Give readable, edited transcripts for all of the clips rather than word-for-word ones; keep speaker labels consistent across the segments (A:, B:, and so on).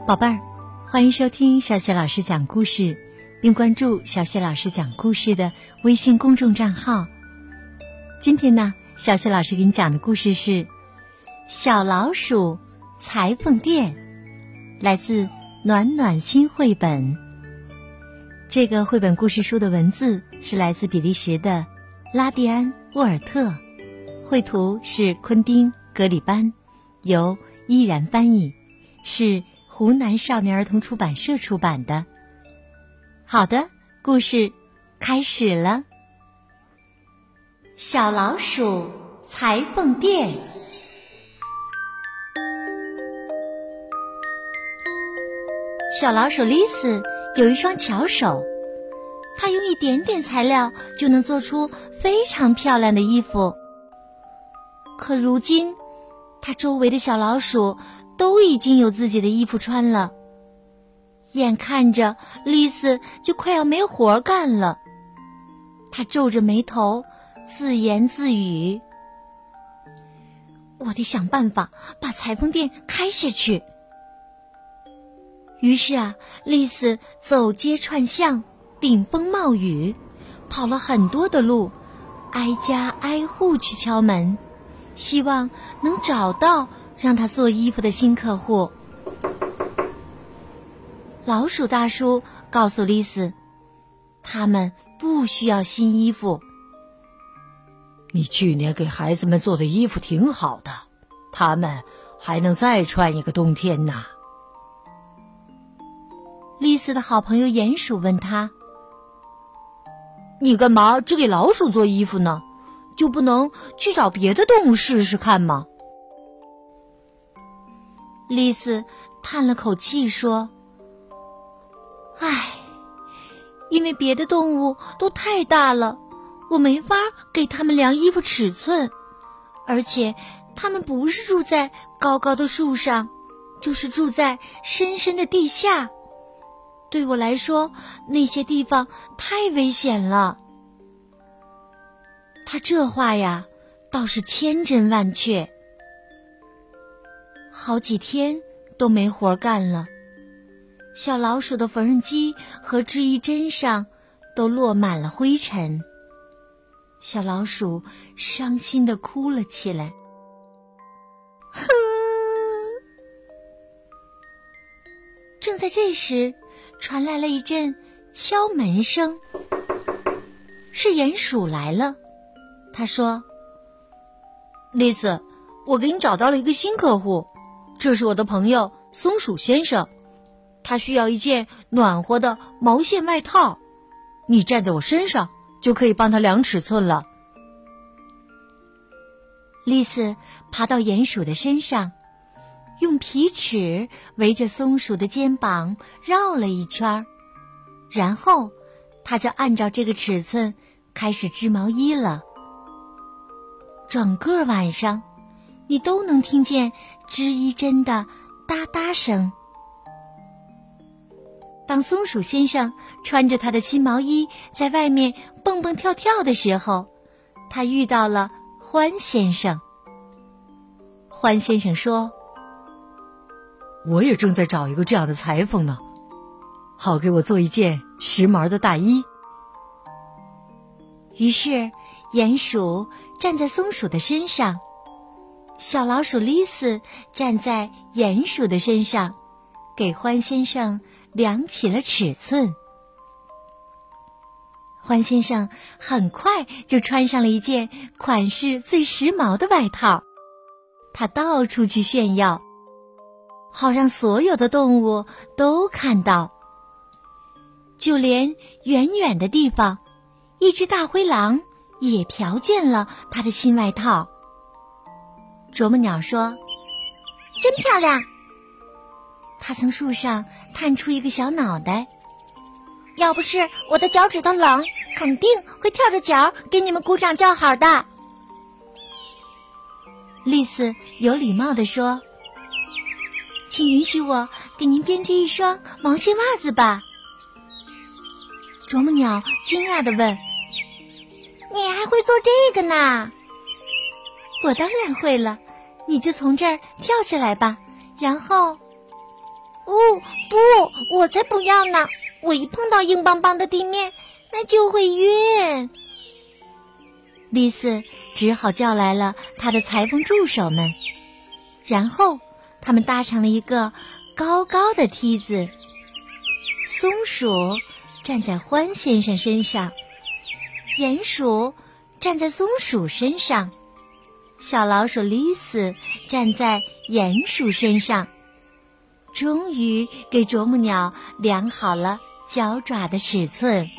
A: 宝贝儿，欢迎收听小雪老师讲故事，并关注小雪老师讲故事的微信公众账号。今天呢，小雪老师给你讲的故事是小老鼠裁缝店，来自暖暖心绘本。这个绘本故事书的文字是来自比利时的拉蒂安·沃尔特，绘图是昆汀·格里班，由依然翻译，是湖南少年儿童出版社出版的。好的，故事开始了。小老鼠裁缝店。小老鼠丽丝有一双巧手，它用一点点材料就能做出非常漂亮的衣服。可如今，它周围的小老鼠都已经有自己的衣服穿了，眼看着丽丝就快要没活干了。她皱着眉头，自言自语：我得想办法把裁缝店开下去。于是丽丝走街串巷，顶风冒雨，跑了很多的路，挨家挨户去敲门，希望能找到让她做衣服的新客户。老鼠大叔告诉丽丝，他们不需要新衣服。
B: 你去年给孩子们做的衣服挺好的，他们还能再穿一个冬天呢。
A: 丽丝的好朋友鼹鼠问他，
B: 你干嘛只给老鼠做衣服呢？就不能去找别的动物试试看吗？
A: 丽丝叹了口气说，唉，因为别的动物都太大了，我没法给它们量衣服尺寸，而且它们不是住在高高的树上，就是住在深深的地下。对我来说，那些地方太危险了。他这话呀，倒是千真万确。好几天都没活干了，小老鼠的缝纫机和织衣针上都落满了灰尘。小老鼠伤心地哭了起来。正在这时，传来了一阵敲门声，是鼹鼠来了。他说，
B: 丽丝，我给你找到了一个新客户，这是我的朋友松鼠先生，他需要一件暖和的毛线外套，你站在我身上就可以帮他量尺寸了。
A: 丽丝爬到鼹鼠的身上，用皮尺围着松鼠的肩膀绕了一圈，然后他就按照这个尺寸开始织毛衣了。整个晚上，你都能听见织衣针的哒哒声。当松鼠先生穿着他的新毛衣在外面蹦蹦跳跳的时候，他遇到了獾先生。獾先生说，
B: 我也正在找一个这样的裁缝呢，好给我做一件时髦的大衣。
A: 于是鼹鼠站在松鼠的身上，小老鼠丽丝站在鼹鼠的身上，给獾先生量起了尺寸。獾先生很快就穿上了一件款式最时髦的外套，他到处去炫耀，好让所有的动物都看到。就连远远的地方，一只大灰狼也瞟见了他的新外套。啄木鸟说，真漂亮。他从树上探出一个小脑袋，要不是我的脚趾头冷，肯定会跳着脚给你们鼓掌叫好的。丽丝有礼貌地说，请允许我给您编织一双毛线袜子吧。啄木鸟惊讶地问，你还会做这个呢？我当然会了，你就从这儿跳下来吧，然后
B: 哦，不，我才不要呢！我一碰到硬邦邦的地面，那就会晕。
A: 丽丝只好叫来了她的裁缝助手们，然后他们搭成了一个高高的梯子。松鼠站在獾先生身上，鼹鼠站在松鼠身上，小老鼠丽丝站在鼹鼠身上，终于给啄木鸟量好了脚爪的尺寸。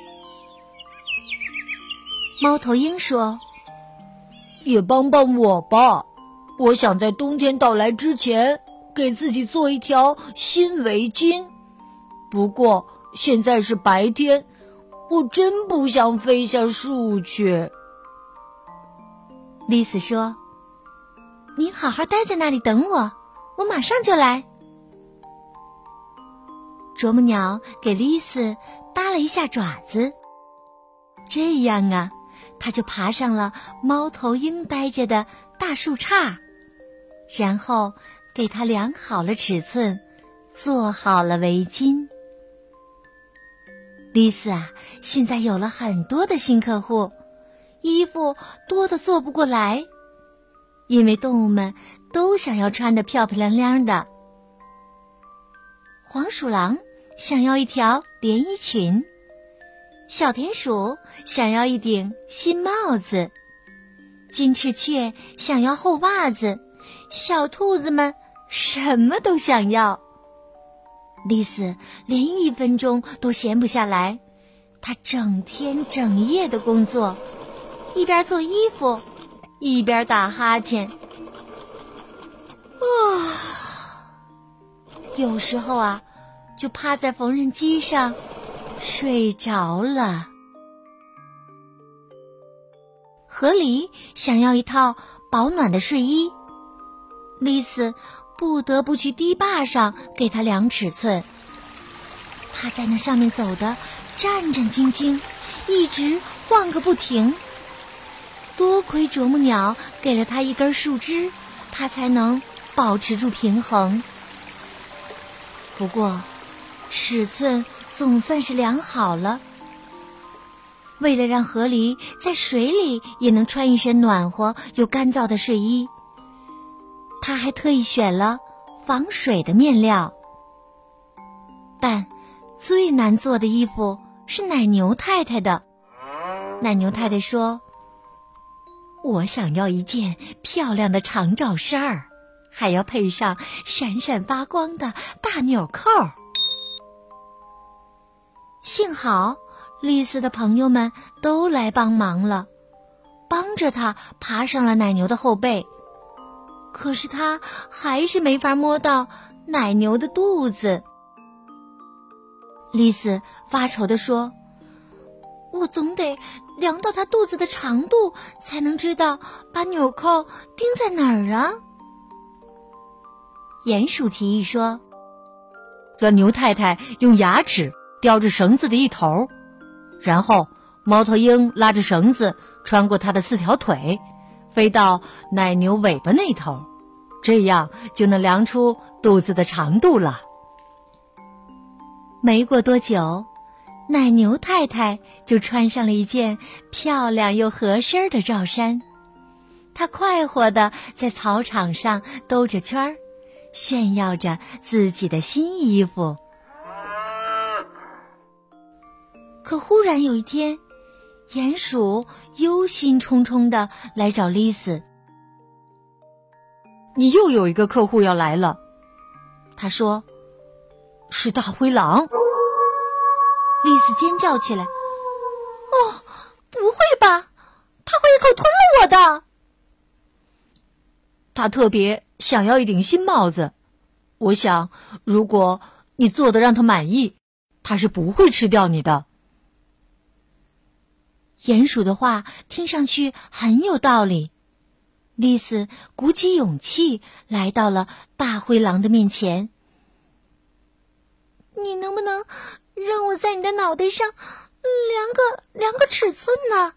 A: 猫头鹰说：
B: 也帮帮我吧，我想在冬天到来之前给自己做一条新围巾。不过现在是白天，我真不想飞下树去。
A: 丽丝说：你好好待在那里等我，我马上就来。啄木鸟给丽丝搭了一下爪子，这样啊，它就爬上了猫头鹰待着的大树杈，然后给它量好了尺寸，做好了围巾。丽丝啊，现在有了很多的新客户，衣服多得做不过来，因为动物们都想要穿得漂漂亮亮的。黄鼠狼想要一条连衣裙，小田鼠想要一顶新帽子，金翅雀想要厚袜子，小兔子们什么都想要。丽丝连1分钟都闲不下来，她整天整夜的工作，一边做衣服，一边打哈欠。有时候啊，就趴在缝纫机上睡着了。河狸想要一套保暖的睡衣，丽丝不得不去堤坝上给她量尺寸。她在那上面走得战战兢兢，一直晃个不停。多亏啄木鸟给了她一根树枝，她才能保持住平衡。不过尺寸总算是量好了。为了让河狸在水里也能穿一身暖和又干燥的睡衣，他还特意选了防水的面料。但最难做的衣服是奶牛太太的。奶牛太太说：我想要一件漂亮的长罩衫儿，还要配上闪闪发光的大纽扣。幸好丽丝的朋友们都来帮忙了，帮着她爬上了奶牛的后背。可是她还是没法摸到奶牛的肚子。丽丝发愁地说：我总得量到她肚子的长度，才能知道把纽扣钉在哪儿啊。鼹鼠提议说：
B: 让牛太太用牙齿叼着绳子的一头，然后猫头鹰拉着绳子穿过它的4条腿，飞到奶牛尾巴那头，这样就能量出肚子的长度了。
A: 没过多久，奶牛太太就穿上了一件漂亮又合身的罩衫。她快活地在草场上兜着圈儿，炫耀着自己的新衣服。可忽然有一天，鼹鼠忧心忡忡地来找丽丝。
B: 你又有一个客户要来了，
A: 他说。
B: 是大灰狼。
A: 丽丝尖叫起来：
B: 哦，不会吧，他会一口吞了我的。他特别想要一顶新帽子，我想如果你做得让他满意，他是不会吃掉你的。
A: 鼹鼠的话听上去很有道理。丽丝鼓起勇气来到了大灰狼的面前。你能不能让我在你的脑袋上量个尺寸呢？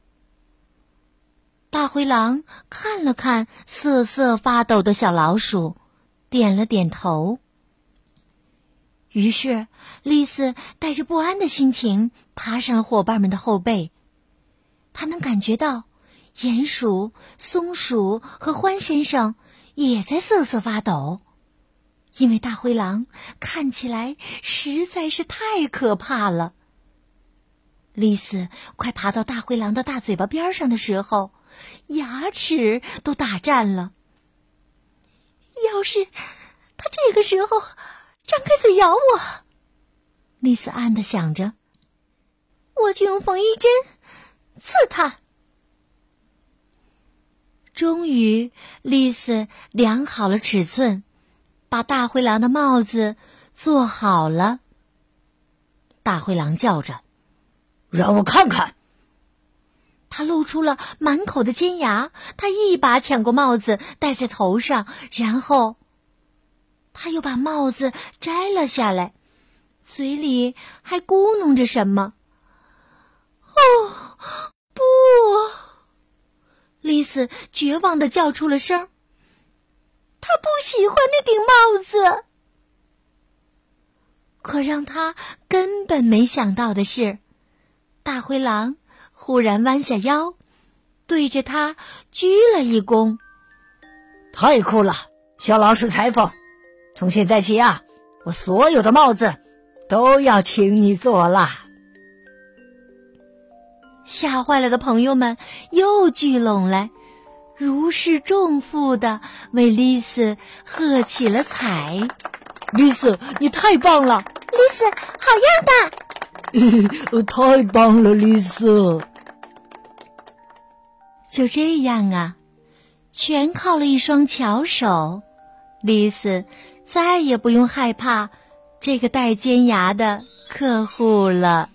A: 大灰狼看了看瑟瑟发抖的小老鼠，点了点头。
B: 于是丽丝带着不安的心情爬上了伙伴们的后背。她能感觉到鼹鼠、松鼠和獾先生也在瑟瑟发抖，因为大灰狼看起来实在是太可怕了。丽丝快爬到大灰狼的大嘴巴边上的时候，牙齿都打颤了。要是他这个时候张开嘴咬我，丽丝暗地想着，我就用缝衣针刺他。终于，丽丝量好了尺寸，把大灰狼的帽子做好了。大灰狼叫着：“
C: 让我看看！”
B: 他露出了满口的尖牙，他一把抢过帽子戴在头上，然后他又把帽子摘了下来，嘴里还咕哝着什么。哦，不！丽丝绝望地叫出了声，他不喜欢那顶帽子。可让他根本没想到的是，大灰狼忽然弯下腰，对着他鞠了一躬。
C: 太酷了，小老鼠裁缝！从现在起啊，我所有的帽子都要请你做了。
B: 吓坏了的朋友们又聚拢来，如释重负地为丽丝喝起了彩。
C: 丽丝，你太棒了！
B: 丽丝，好样
C: 的！太棒了，丽丝！
B: 就这样啊，全靠了一双巧手，丽丝再也不用害怕这个带尖牙的客户了。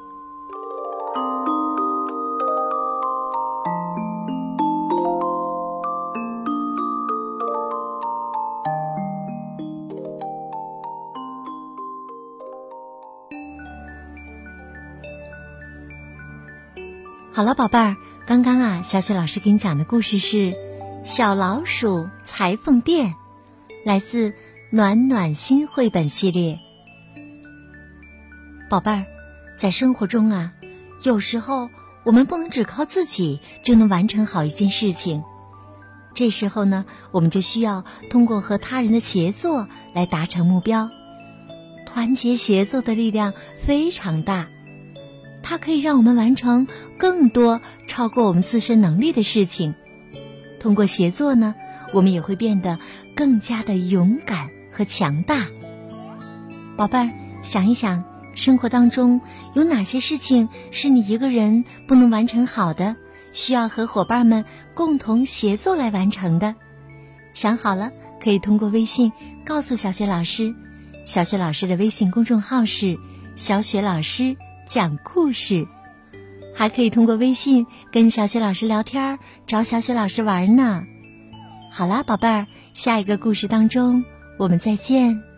B: 好了，宝贝儿，刚刚啊，小雪老师给你讲的故事是《小老鼠裁缝店》，来自暖暖心绘本系列。宝贝儿，在生活中啊，有时候我们不能只靠自己就能完成好一件事情，这时候呢，我们就需要通过和他人的协作来达成目标。团结协作的力量非常大，它可以让我们完成更多超过我们自身能力的事情。通过协作呢，我们也会变得更加的勇敢和强大。宝贝儿，想一想，生活当中有哪些事情是你一个人不能完成好的，需要和伙伴们共同协作来完成的？想好了，可以通过微信告诉小雪老师。小雪老师的微信公众号是小雪老师讲故事，还可以通过微信跟小雪老师聊天，找小雪老师玩呢。好啦，宝贝儿，下一个故事当中我们再见。